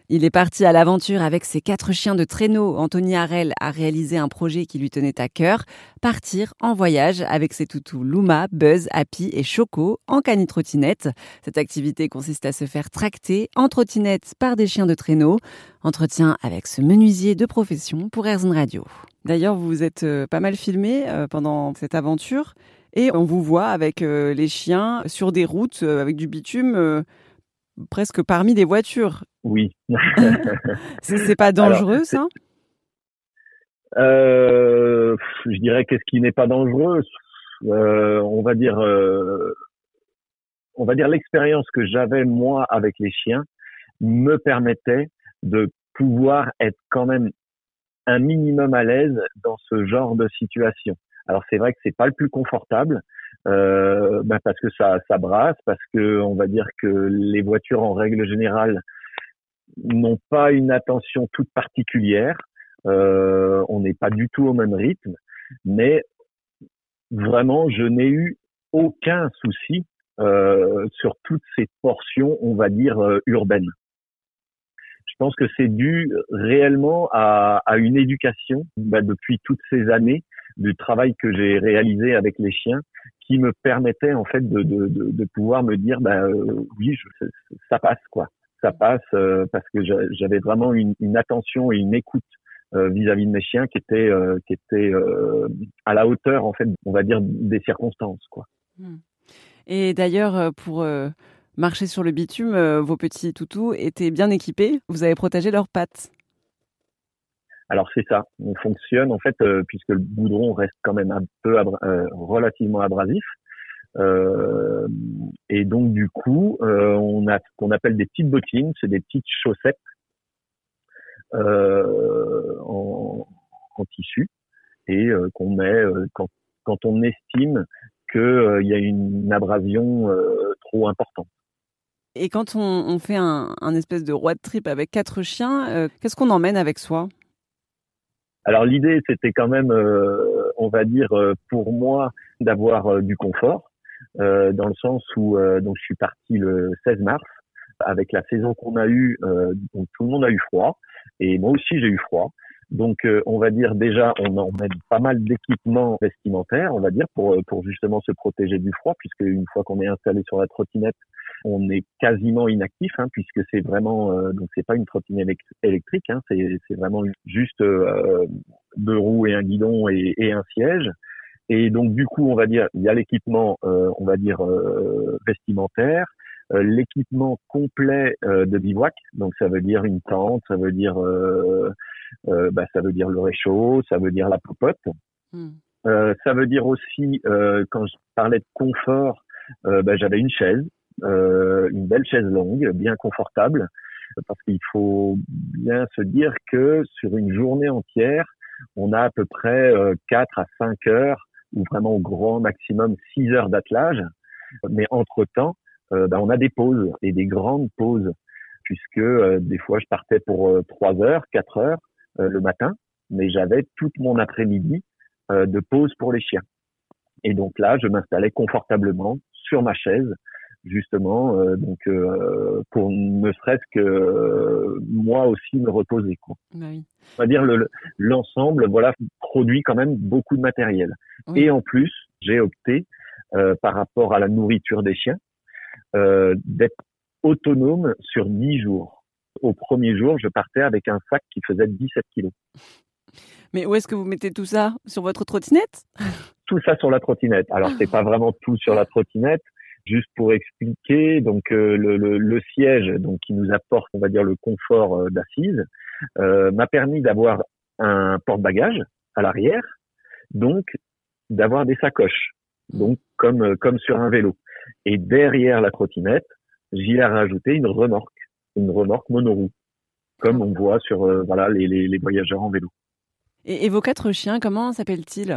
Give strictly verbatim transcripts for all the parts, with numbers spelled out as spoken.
Il est parti à l'aventure avec ses quatre chiens de traîneau. Anthony Harel a réalisé un projet qui lui tenait à cœur, partir en voyage avec ses toutous Luma, Buzz, Happy et Choco en cani-trottinette. Cette activité consiste à se faire tracter en trottinette par des chiens de traîneau. Entretien avec ce menuisier de profession pour AirZone Radio. D'ailleurs, vous vous êtes euh, pas mal filmé euh, pendant cette aventure et on vous voit avec euh, les chiens sur des routes euh, avec du bitume euh, presque parmi des voitures. Oui. c'est, c'est pas dangereux, Alors, ça? euh, Je dirais qu'est-ce qui n'est pas dangereux. Euh, on va dire, euh, on va dire l'expérience que j'avais moi avec les chiens me permettait de pouvoir être quand même un minimum à l'aise dans ce genre de situation. Alors c'est vrai que c'est pas le plus confortable, euh, ben parce que ça, ça brasse, parce que on va dire que les voitures en règle générale n'ont pas une attention toute particulière. Euh, on n'est pas du tout au même rythme, mais vraiment je n'ai eu aucun souci euh, sur toutes ces portions, on va dire euh, urbaines. Je pense que c'est dû réellement à, à une éducation bah, depuis toutes ces années du travail que j'ai réalisé avec les chiens qui me permettait en fait de, de, de, de pouvoir me dire bah, euh, oui je, ça passe quoi, ça passe euh, parce que j'avais vraiment une, une attention et une écoute euh, vis-à-vis de mes chiens qui était euh, qui était euh, à la hauteur en fait on va dire des circonstances quoi. Et d'ailleurs pour euh... marcher sur le bitume, euh, vos petits toutous étaient bien équipés. Vous avez protégé leurs pattes. Alors c'est ça. On fonctionne en fait euh, puisque le goudron reste quand même un peu abra- euh, relativement abrasif. Euh, et donc du coup, euh, on a ce qu'on appelle des petites bottines, c'est des petites chaussettes euh, en, en tissu et euh, qu'on met euh, quand quand on estime que euh, il y a une abrasion euh, trop importante. Et quand on, on fait un, un espèce de road trip avec quatre chiens, euh, qu'est-ce qu'on emmène avec soi? Alors l'idée, c'était quand même, euh, on va dire, euh, pour moi, d'avoir euh, du confort, euh, dans le sens où euh, donc je suis parti le seize mars, avec la saison qu'on a eue, euh, donc tout le monde a eu froid, et moi aussi j'ai eu froid. Donc euh, on va dire déjà, on emmène pas mal d'équipements vestimentaires, on va dire, pour pour justement se protéger du froid, puisque une fois qu'on est installé sur la trottinette, on est quasiment inactif, hein, puisque c'est vraiment euh, donc c'est pas une trottinette électrique, hein, c'est c'est vraiment juste euh, deux roues et un guidon et, et un siège. Et donc du coup, on va dire, il y a l'équipement, euh, on va dire euh, vestimentaire, euh, l'équipement complet euh, de bivouac. Donc ça veut dire une tente, ça veut dire, euh, euh, bah, ça veut dire le réchaud, ça veut dire la popote. Mm. Euh, ça veut dire aussi, euh, quand je parlais de confort, euh, bah, j'avais une chaise, euh, une belle chaise longue, bien confortable, parce qu'il faut bien se dire que sur une journée entière, on a à peu près euh, quatre à cinq heures ou vraiment au grand maximum six heures d'attelage. Mais entre-temps, euh, ben, on a des pauses et des grandes pauses puisque euh, des fois je partais pour euh, trois heures, quatre heures euh, le matin, mais j'avais toute mon après-midi euh, de pause pour les chiens. Et donc là, je m'installais confortablement sur ma chaise, justement, euh, donc euh, pour ne serait-ce que euh, moi aussi me reposer, quoi. Oui. On va dire le, l'ensemble, voilà, produit quand même beaucoup de matériel. Oui. Et en plus, j'ai opté euh, par rapport à la nourriture des chiens euh, d'être autonome sur dix jours. Au premier jour, je partais avec un sac qui faisait dix-sept kilos. Mais où est-ce que vous mettez tout ça? Sur votre trottinette? Tout ça sur la trottinette. Alors c'est pas vraiment tout sur la trottinette. Juste pour expliquer, donc euh, le, le, le siège, donc qui nous apporte, on va dire, le confort euh, d'assise, euh, m'a permis d'avoir un porte-bagages à l'arrière, donc d'avoir des sacoches, donc comme euh, comme sur un vélo. Et derrière la trottinette, j'y ai rajouté une remorque, une remorque monoroue, comme on voit sur euh, voilà les, les, les voyageurs en vélo. Et, et vos quatre chiens, comment s'appellent-ils?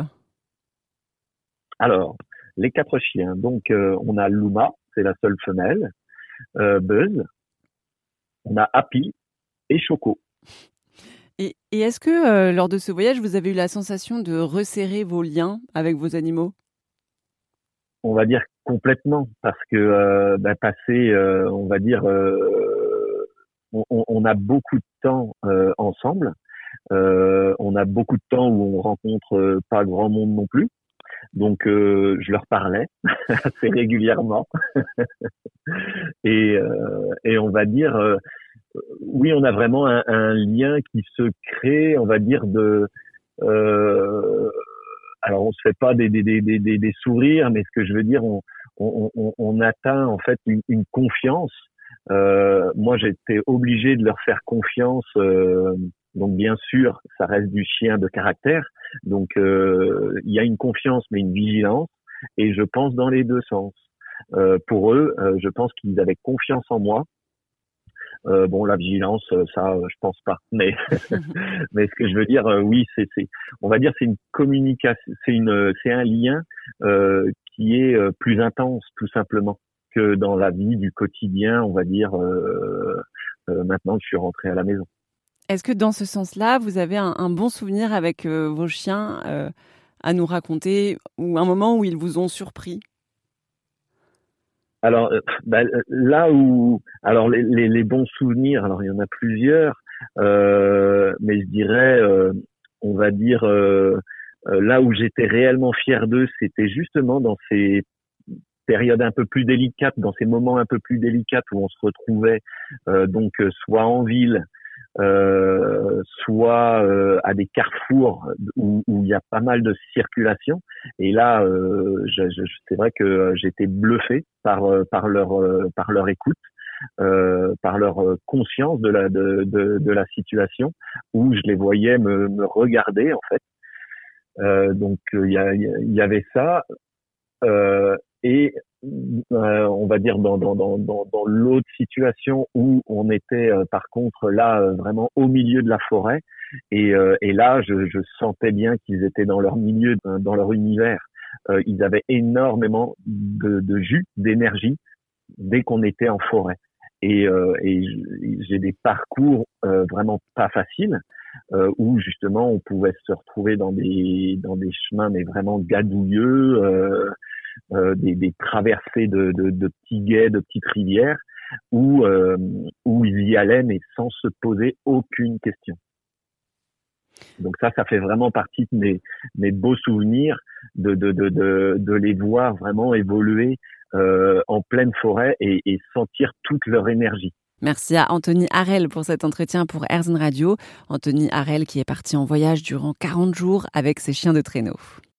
Alors, les quatre chiens, donc euh, on a Luma, c'est la seule femelle, euh, Buzz, on a Happy et Choco. Et, et est-ce que euh, lors de ce voyage, vous avez eu la sensation de resserrer vos liens avec vos animaux? On va dire complètement, parce que euh, bah, passer, euh, on va dire, euh, on, on, on a beaucoup de temps euh, ensemble. Euh, on a beaucoup de temps où on rencontre euh, pas grand monde non plus. Donc euh, je leur parlais assez régulièrement et, euh, et on va dire euh, oui, on a vraiment un, un lien qui se crée, on va dire de euh, alors on se fait pas des, des, des, des, des sourires, mais ce que je veux dire, on, on, on, on atteint en fait une, une confiance. Euh, moi, j'étais obligé de leur faire confiance. Euh, donc bien sûr, ça reste du chien de caractère. Donc euh, il y a une confiance, mais une vigilance. Et je pense dans les deux sens. Euh, pour eux, euh, je pense qu'ils avaient confiance en moi. Euh, bon, la vigilance, ça, euh, je pense pas. Mais, mais ce que je veux dire, euh, oui, c'est, c'est, on va dire, c'est une communication, c'est une, c'est un lien euh, qui est euh, plus intense, tout simplement, que dans la vie du quotidien, on va dire. Euh, euh, maintenant, que je suis rentré à la maison. Est-ce que dans ce sens-là, vous avez un, un bon souvenir avec euh, vos chiens euh, à nous raconter, ou un moment où ils vous ont surpris? Alors bah, là où, alors les, les, les bons souvenirs, alors il y en a plusieurs, euh, mais je dirais, euh, on va dire, euh, euh, là où j'étais réellement fier d'eux, c'était justement dans ces périodes un peu plus délicates, dans ces moments un peu plus délicats où on se retrouvait euh, donc soit en ville, euh, soit euh, à des carrefours où, où il y a pas mal de circulation. Et là, euh, je, je, c'est vrai que j'étais bluffé par par leur par leur écoute, euh, par leur conscience de la de, de, de la situation, où je les voyais me, me regarder en fait. Euh, donc il y, a, il y avait ça. Euh, et euh, on va dire dans, dans, dans, dans l'autre situation où on était euh, par contre là euh, vraiment au milieu de la forêt et, euh, et là je, je sentais bien qu'ils étaient dans leur milieu, dans leur univers. Euh, ils avaient énormément de, de jus, d'énergie dès qu'on était en forêt. Et, euh, et j'ai des parcours euh, vraiment pas faciles euh, où justement on pouvait se retrouver dans des dans des chemins mais vraiment gadouilleux, euh, euh, des, des traversées de, de, de petits gués, de petites rivières où euh, où ils y allaient mais sans se poser aucune question. Donc ça, ça fait vraiment partie de mes, mes beaux souvenirs de, de, de, de, de les voir vraiment évoluer euh, en pleine forêt et, et sentir toute leur énergie. Merci à Anthony Harel pour cet entretien pour AirZen Radio. Anthony Harel qui est parti en voyage durant quarante jours avec ses chiens de traîneau.